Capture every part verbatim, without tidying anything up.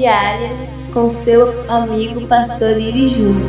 diárias com seu amigo Pastor Iri Júnior.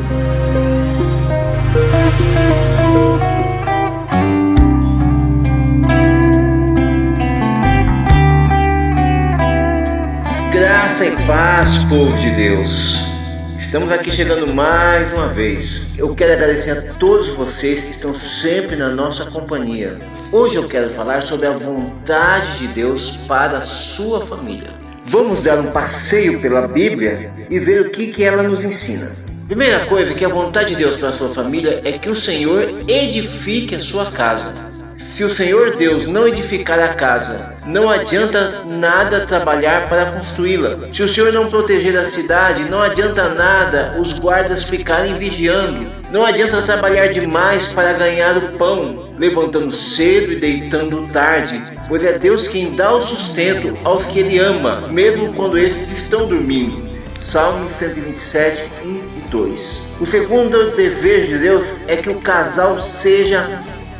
Graça e paz, povo de Deus. Estamos aqui chegando mais uma vez. Eu quero agradecer a todos vocês que estão sempre na nossa companhia. Hoje eu quero falar sobre a vontade de Deus para a sua família. Vamos dar um passeio pela Bíblia e ver o que, que ela nos ensina. Primeira coisa, que a vontade de Deus para a sua família é que o Senhor edifique a sua casa. Se o Senhor Deus não edificar a casa, não adianta nada trabalhar para construí-la. Se o Senhor não proteger a cidade, não adianta nada os guardas ficarem vigiando. Não adianta trabalhar demais para ganhar o pão, levantando cedo e deitando tarde, pois é Deus quem dá o sustento aos que Ele ama, mesmo quando esses estão dormindo. Salmo cento e vinte e sete, um e dois. O segundo desejo de Deus é que o casal seja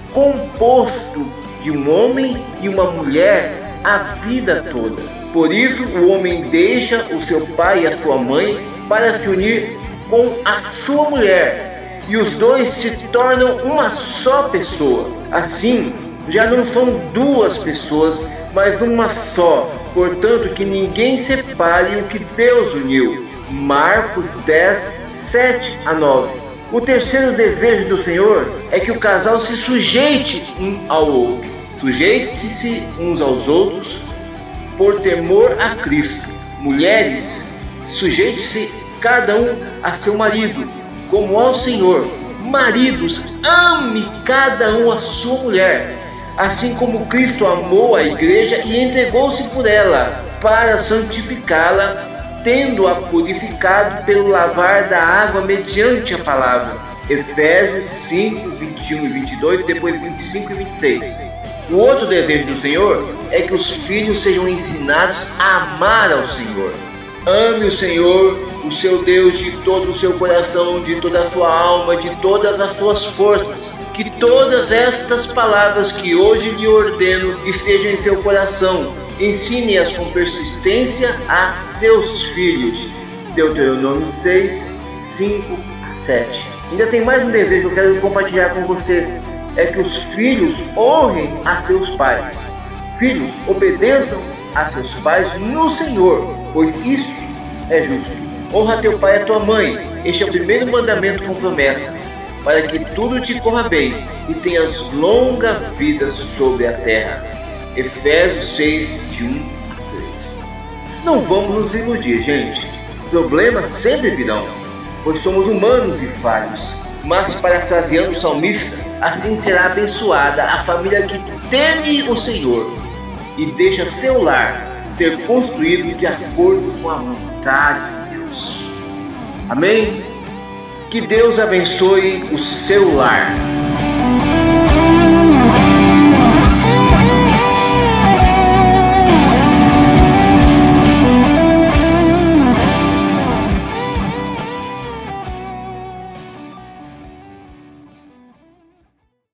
composto de um homem e uma mulher a vida toda. Por isso, o homem deixa o seu pai e a sua mãe para se unir com a sua mulher, e os dois se tornam uma só pessoa. Assim, já não são duas pessoas, mas uma só. Portanto, que ninguém separe o que Deus uniu. Marcos dez, sete a nove. O terceiro desejo do Senhor é que o casal se sujeite um ao outro. Sujeite-se uns aos outros por temor a Cristo. Mulheres, sujeite-se cada um a seu marido, como ao Senhor. Maridos, ame cada um a sua mulher, assim como Cristo amou a igreja e entregou-se por ela, para santificá-la, tendo-a purificado pelo lavar da água mediante a palavra. Efésios cinco, vinte e um e vinte e dois, depois vinte e cinco e vinte e seis. O outro desejo do Senhor é que os filhos sejam ensinados a amar ao Senhor. Ame o Senhor, o seu Deus, de todo o seu coração, de toda a sua alma, de todas as suas forças. Que todas estas palavras que hoje lhe ordeno estejam em seu coração. Ensine-as com persistência a seus filhos. Deuteronômio seis, cinco a sete. Ainda tem mais um desejo que eu quero compartilhar com você. É que os filhos honrem a seus pais. Filhos, obedeçam a seus pais no Senhor, pois isso é justo. Honra teu pai e a tua mãe. Este é o primeiro mandamento com promessa, para que tudo te corra bem e tenhas longa vida sobre a terra. Efésios seis, de um a três. Não vamos nos iludir, gente. Problemas sempre virão, pois somos humanos e falhos. Mas, parafraseando o salmista, assim será abençoada a família que teme o Senhor e deixa seu lar ser construído de acordo com a vontade de Deus. Amém? Que Deus abençoe o seu lar.